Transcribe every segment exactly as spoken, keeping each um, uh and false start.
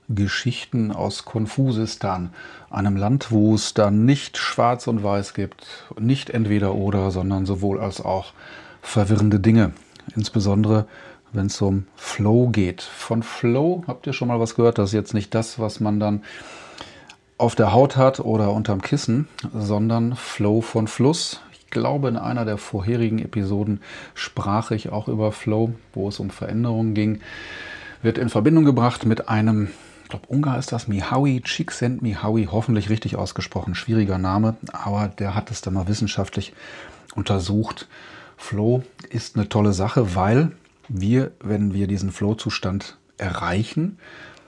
Geschichten aus Konfusistan, einem Land, wo es dann nicht schwarz und weiß gibt, nicht entweder oder, sondern sowohl als auch verwirrende Dinge. Insbesondere, wenn es um Flow geht. Von Flow habt ihr schon mal was gehört? Das ist jetzt nicht das, was man dann auf der Haut hat oder unterm Kissen, sondern Flow von Fluss. Ich glaube, in einer der vorherigen Episoden sprach ich auch über Flow, wo es um Veränderungen ging. Wird in Verbindung gebracht mit einem, ich glaube, Ungar ist das, Mihaly Csikszentmihalyi, hoffentlich richtig ausgesprochen, schwieriger Name, aber der hat es dann mal wissenschaftlich untersucht. Flow ist eine tolle Sache, weil wir, wenn wir diesen Flow-Zustand erreichen,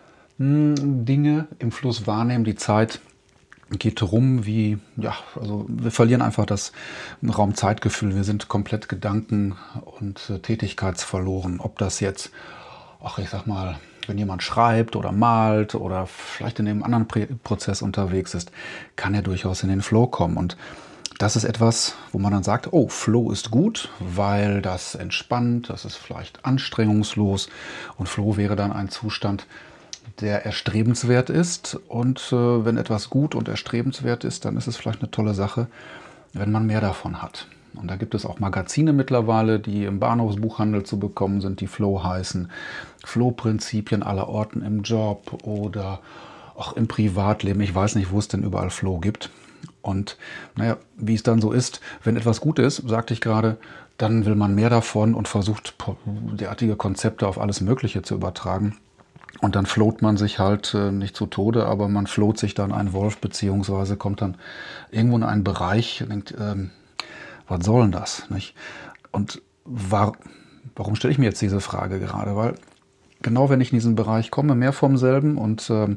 Dinge im Fluss wahrnehmen, die Zeit geht rum wie, ja, also wir verlieren einfach das Raum-Zeitgefühl, wir sind komplett gedanken- und äh, tätigkeitsverloren. Ob das jetzt, ach ich sag mal, wenn jemand schreibt oder malt oder vielleicht in einem anderen Prä- Prozess unterwegs ist, kann er durchaus in den Flow kommen. Und das ist etwas, wo man dann sagt, oh, Flow ist gut, weil das entspannt, das ist vielleicht anstrengungslos und Flow wäre dann ein Zustand, der erstrebenswert ist. Und äh, wenn etwas gut und erstrebenswert ist, dann ist es vielleicht eine tolle Sache, wenn man mehr davon hat. Und da gibt es auch Magazine mittlerweile, die im Bahnhofsbuchhandel zu bekommen sind, die Flow heißen. Flow-Prinzipien aller Orten im Job oder auch im Privatleben. Ich weiß nicht, wo es denn überall Flow gibt. Und naja, wie es dann so ist, wenn etwas gut ist, sagte ich gerade, dann will man mehr davon und versucht, derartige Konzepte auf alles Mögliche zu übertragen. Und dann float man sich halt äh, nicht zu Tode, aber man float sich dann einen Wolf, beziehungsweise kommt dann irgendwo in einen Bereich und denkt, ähm, was soll denn das? Nicht? Und war, warum stelle ich mir jetzt diese Frage gerade? Weil genau wenn ich in diesen Bereich komme, mehr vom selben und ähm,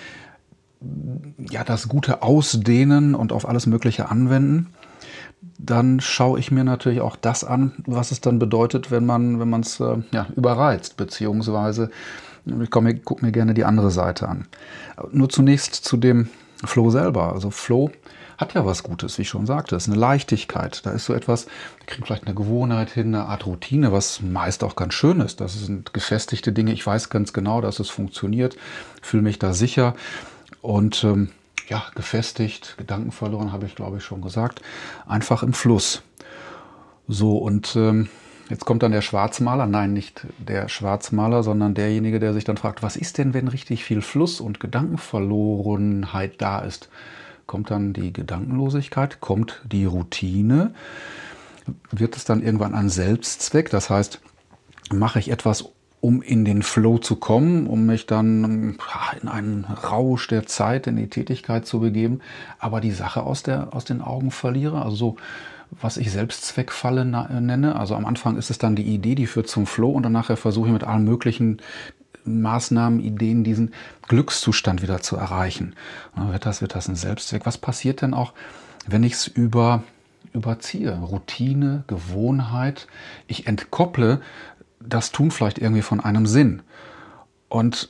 ja, das Gute ausdehnen und auf alles Mögliche anwenden, dann schaue ich mir natürlich auch das an, was es dann bedeutet, wenn man wenn man es äh, ja, überreizt, beziehungsweise ich gucke mir gerne die andere Seite an. Nur zunächst zu dem Flow selber. Also Flow hat ja was Gutes, wie ich schon sagte. Es ist eine Leichtigkeit. Da ist so etwas, wir kriegen vielleicht eine Gewohnheit hin, eine Art Routine, was meist auch ganz schön ist. Das sind gefestigte Dinge. Ich weiß ganz genau, dass es funktioniert, fühle mich da sicher. Und ähm, ja, gefestigt, Gedanken verloren, habe ich glaube ich schon gesagt. Einfach im Fluss. So, und ähm, jetzt kommt dann der Schwarzmaler, nein, nicht der Schwarzmaler, sondern derjenige, der sich dann fragt, was ist denn, wenn richtig viel Fluss und Gedankenverlorenheit da ist? Kommt dann die Gedankenlosigkeit, kommt die Routine, wird es dann irgendwann ein Selbstzweck? Das heißt, mache ich etwas, um in den Flow zu kommen, um mich dann in einen Rausch der Zeit, in die Tätigkeit zu begeben, aber die Sache aus, der, aus den Augen verliere? Also so, was ich Selbstzweckfalle nenne. Also am Anfang ist es dann die Idee, die führt zum Flow und dann nachher versuche ich mit allen möglichen Maßnahmen, Ideen, diesen Glückszustand wieder zu erreichen. Und dann wird das, wird das ein Selbstzweck. Was passiert denn auch, wenn ich es über, überziehe? Routine, Gewohnheit. Ich entkopple das Tun vielleicht irgendwie von einem Sinn. Und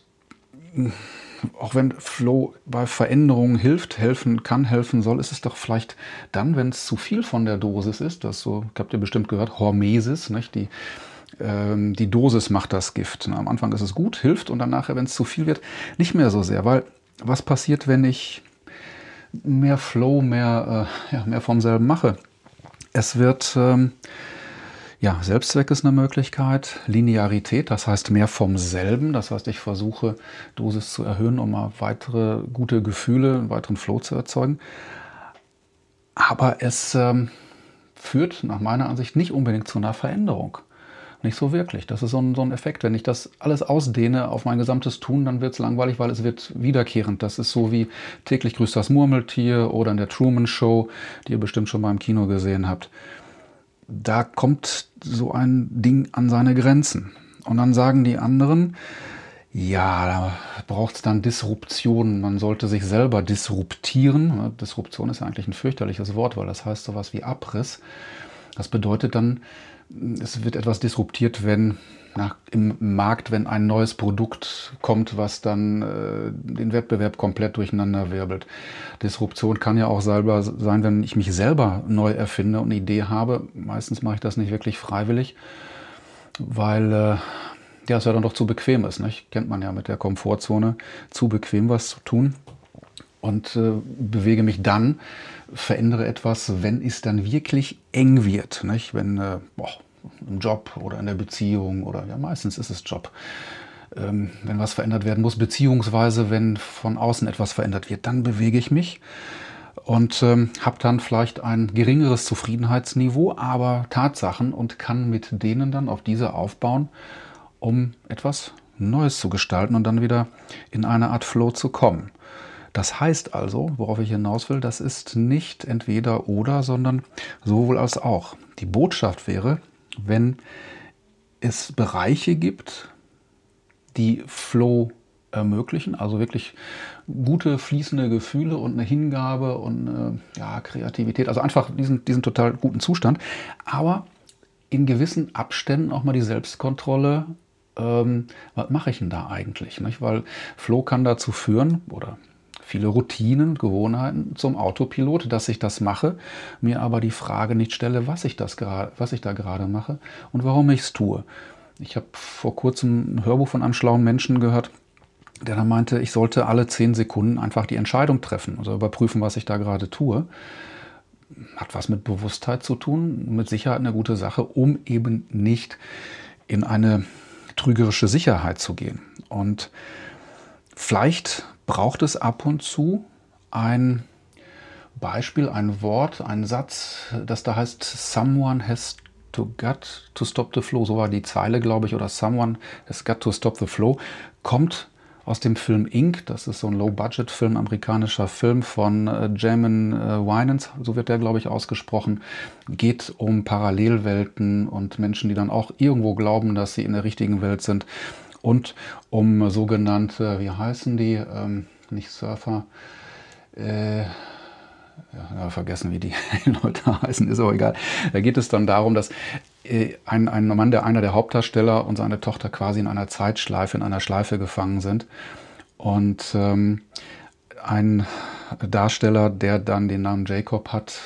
auch wenn Flow bei Veränderungen hilft, helfen kann, helfen soll, ist es doch vielleicht dann, wenn es zu viel von der Dosis ist, das so, habt ihr bestimmt gehört, Hormesis, nicht? Die, ähm, die Dosis macht das Gift. Na, am Anfang ist es gut, hilft und dann nachher, wenn es zu viel wird, nicht mehr so sehr. Weil was passiert, wenn ich mehr Flow, mehr, äh, ja, mehr vom selben mache? Es wird... Ähm, Ja, Selbstzweck ist eine Möglichkeit, Linearität, das heißt mehr vom selben, das heißt, ich versuche Dosis zu erhöhen, um mal weitere gute Gefühle, einen weiteren Flow zu erzeugen. Aber es ähm, führt nach meiner Ansicht nicht unbedingt zu einer Veränderung. Nicht so wirklich. Das ist so ein, so ein Effekt. Wenn ich das alles ausdehne auf mein gesamtes Tun, dann wird es langweilig, weil es wird wiederkehrend. Das ist so wie täglich grüßt das Murmeltier oder in der Truman Show, die ihr bestimmt schon mal im Kino gesehen habt. Da kommt so ein Ding an seine Grenzen. Und dann sagen die anderen, ja, da braucht es dann Disruption. Man sollte sich selber disruptieren. Disruption ist ja eigentlich ein fürchterliches Wort, weil das heißt sowas wie Abriss. Das bedeutet dann, es wird etwas disruptiert, wenn nach, im Markt, wenn ein neues Produkt kommt, was dann äh, den Wettbewerb komplett durcheinander wirbelt. Disruption kann ja auch selber sein, wenn ich mich selber neu erfinde und eine Idee habe. Meistens mache ich das nicht wirklich freiwillig, weil äh, ja, es ja dann doch zu bequem ist. Nicht? Kennt man ja mit der Komfortzone, zu bequem was zu tun. Und äh, bewege mich dann, verändere etwas, wenn es dann wirklich eng wird. Nicht? Wenn äh, boah, im Job oder in der Beziehung oder ja, meistens ist es Job. Ähm, wenn was verändert werden muss, beziehungsweise wenn von außen etwas verändert wird, dann bewege ich mich und ähm, habe dann vielleicht ein geringeres Zufriedenheitsniveau, aber Tatsachen und kann mit denen dann auf diese aufbauen, um etwas Neues zu gestalten und dann wieder in eine Art Flow zu kommen. Das heißt also, worauf ich hinaus will, das ist nicht entweder oder, sondern sowohl als auch. Die Botschaft wäre, wenn es Bereiche gibt, die Flow ermöglichen, also wirklich gute, fließende Gefühle und eine Hingabe und eine, ja, Kreativität, also einfach diesen, diesen total guten Zustand, aber in gewissen Abständen auch mal die Selbstkontrolle, ähm, was mache ich denn da eigentlich? Nicht? Weil Flow kann dazu führen, oder viele Routinen, Gewohnheiten zum Autopilot, dass ich das mache, mir aber die Frage nicht stelle, was ich, das gerade, was ich da gerade mache und warum ich es tue. Ich habe vor kurzem ein Hörbuch von einem schlauen Menschen gehört, der dann meinte, ich sollte alle zehn Sekunden einfach die Entscheidung treffen, also überprüfen, was ich da gerade tue. Hat was mit Bewusstheit zu tun, mit Sicherheit eine gute Sache, um eben nicht in eine trügerische Sicherheit zu gehen. Und vielleicht braucht es ab und zu ein Beispiel, ein Wort, ein Satz, das da heißt, someone has to got to stop the flow. So war die Zeile, glaube ich, oder someone has got to stop the flow. Kommt aus dem Film Ink. Das ist so ein Low-Budget-Film, amerikanischer Film von äh, Jamin äh, Winans, so wird der, glaube ich, ausgesprochen. Geht um Parallelwelten und Menschen, die dann auch irgendwo glauben, dass sie in der richtigen Welt sind. Und um sogenannte, wie heißen die, ähm, nicht Surfer, äh, ja, vergessen, wie die Leute heißen, ist auch egal. Da geht es dann darum, dass äh, ein, ein Mann, der einer der Hauptdarsteller und seine Tochter quasi in einer Zeitschleife, in einer Schleife gefangen sind. Und ähm, ein Darsteller, der dann den Namen Jacob hat,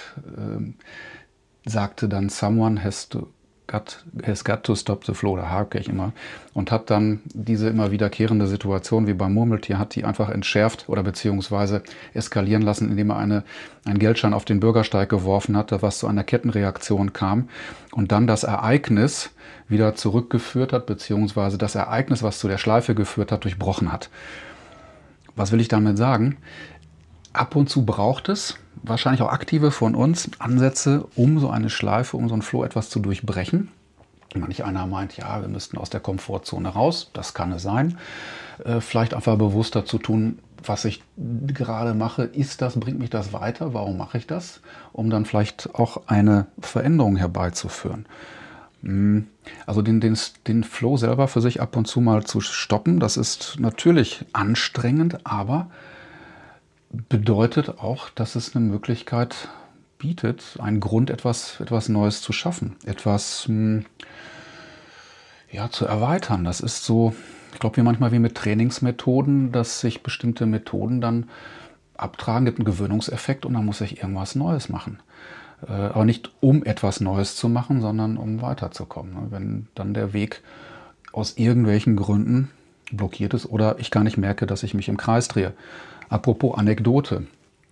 äh, sagte dann, someone has to Got, has got to stop the flow, da hake ich immer. Und hat dann diese immer wiederkehrende Situation wie beim Murmeltier, hat die einfach entschärft oder beziehungsweise eskalieren lassen, indem er eine, einen Geldschein auf den Bürgersteig geworfen hat, was zu einer Kettenreaktion kam und dann das Ereignis wieder zurückgeführt hat, beziehungsweise das Ereignis, was zu der Schleife geführt hat, durchbrochen hat. Was will ich damit sagen? Ab und zu braucht es, wahrscheinlich auch aktive von uns, Ansätze, um so eine Schleife, um so einen Flow etwas zu durchbrechen. Manch einer meint, ja, wir müssten aus der Komfortzone raus, das kann es sein. Äh, vielleicht einfach bewusster zu tun, was ich gerade mache, ist das, bringt mich das weiter, warum mache ich das? Um dann vielleicht auch eine Veränderung herbeizuführen. Also den, den, den Flow selber für sich ab und zu mal zu stoppen, das ist natürlich anstrengend, aber bedeutet auch, dass es eine Möglichkeit bietet, einen Grund, etwas, etwas Neues zu schaffen, etwas mh, ja, zu erweitern. Das ist so, ich glaube, wie manchmal wie mit Trainingsmethoden, dass sich bestimmte Methoden dann abtragen, gibt einen Gewöhnungseffekt und dann muss ich irgendwas Neues machen. Äh, aber nicht um etwas Neues zu machen, sondern um weiterzukommen. Ne? Wenn dann der Weg aus irgendwelchen Gründen blockiert ist oder ich gar nicht merke, dass ich mich im Kreis drehe. Apropos Anekdote,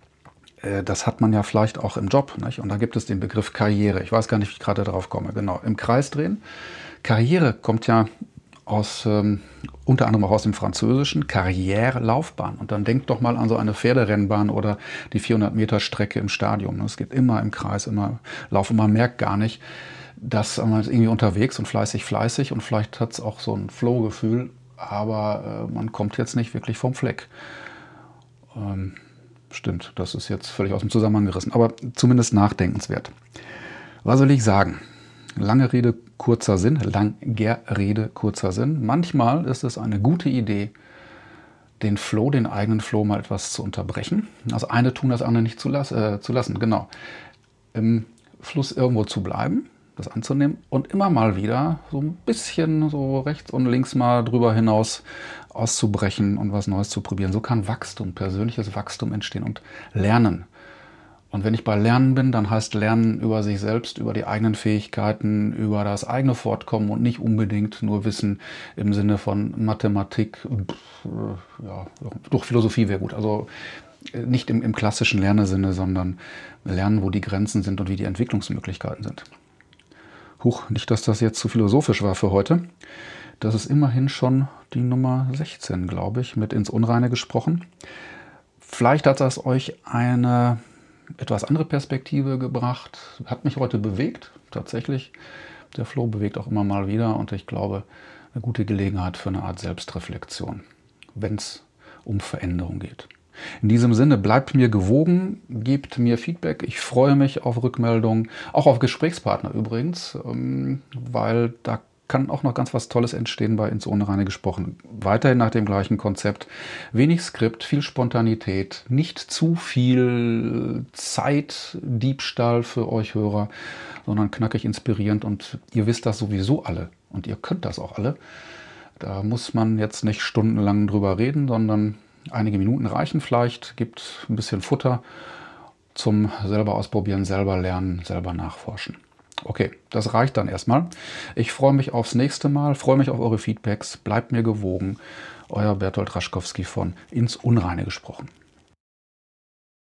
das hat man ja vielleicht auch im Job, nicht? Und da gibt es den Begriff Karriere. Ich weiß gar nicht, wie ich gerade darauf komme. Genau, im Kreis drehen. Karriere kommt ja aus, ähm, unter anderem auch aus dem Französischen, Karriere, Laufbahn. Und dann denkt doch mal an so eine Pferderennbahn oder die vierhundert Meter Strecke im Stadion. Es geht immer im Kreis, immer laufen. Man merkt gar nicht, dass man ist irgendwie unterwegs und fleißig, fleißig und vielleicht hat es auch so ein Flow-Gefühl, aber äh, man kommt jetzt nicht wirklich vom Fleck. Ähm, stimmt, das ist jetzt völlig aus dem Zusammenhang gerissen, aber zumindest nachdenkenswert. Was soll ich sagen? Lange Rede, kurzer Sinn, langer Rede, kurzer Sinn. Manchmal ist es eine gute Idee, den Flow, den eigenen Flow mal etwas zu unterbrechen. Also eine tun, das andere nicht zu, las äh, zu lassen, genau. Im Fluss irgendwo zu bleiben, das anzunehmen und immer mal wieder so ein bisschen so rechts und links mal drüber hinaus auszubrechen und was Neues zu probieren. So kann Wachstum, persönliches Wachstum entstehen und Lernen. Und wenn ich bei Lernen bin, dann heißt Lernen über sich selbst, über die eigenen Fähigkeiten, über das eigene Fortkommen und nicht unbedingt nur Wissen im Sinne von Mathematik, ja, doch Philosophie wäre gut. Also nicht im, im klassischen Lernesinne, sondern lernen, wo die Grenzen sind und wie die Entwicklungsmöglichkeiten sind. Huch, nicht, dass das jetzt zu philosophisch war für heute. Das ist immerhin schon die Nummer sechzehn, glaube ich, mit ins Unreine gesprochen. Vielleicht hat das euch eine etwas andere Perspektive gebracht. Hat mich heute bewegt, tatsächlich. Der Flow bewegt auch immer mal wieder und ich glaube, eine gute Gelegenheit für eine Art Selbstreflexion, wenn es um Veränderung geht. In diesem Sinne, bleibt mir gewogen, gebt mir Feedback. Ich freue mich auf Rückmeldungen, auch auf Gesprächspartner übrigens, weil da kann auch noch ganz was Tolles entstehen bei Ins Unreine gesprochen. Weiterhin nach dem gleichen Konzept. Wenig Skript, viel Spontanität, nicht zu viel Zeitdiebstahl für euch Hörer, sondern knackig inspirierend. Und ihr wisst das sowieso alle und ihr könnt das auch alle. Da muss man jetzt nicht stundenlang drüber reden, sondern einige Minuten reichen vielleicht, gibt ein bisschen Futter zum selber ausprobieren, selber lernen, selber nachforschen. Okay, das reicht dann erstmal. Ich freue mich aufs nächste Mal, freue mich auf eure Feedbacks, bleibt mir gewogen. Euer Bertolt Raschkowski von Ins Unreine gesprochen.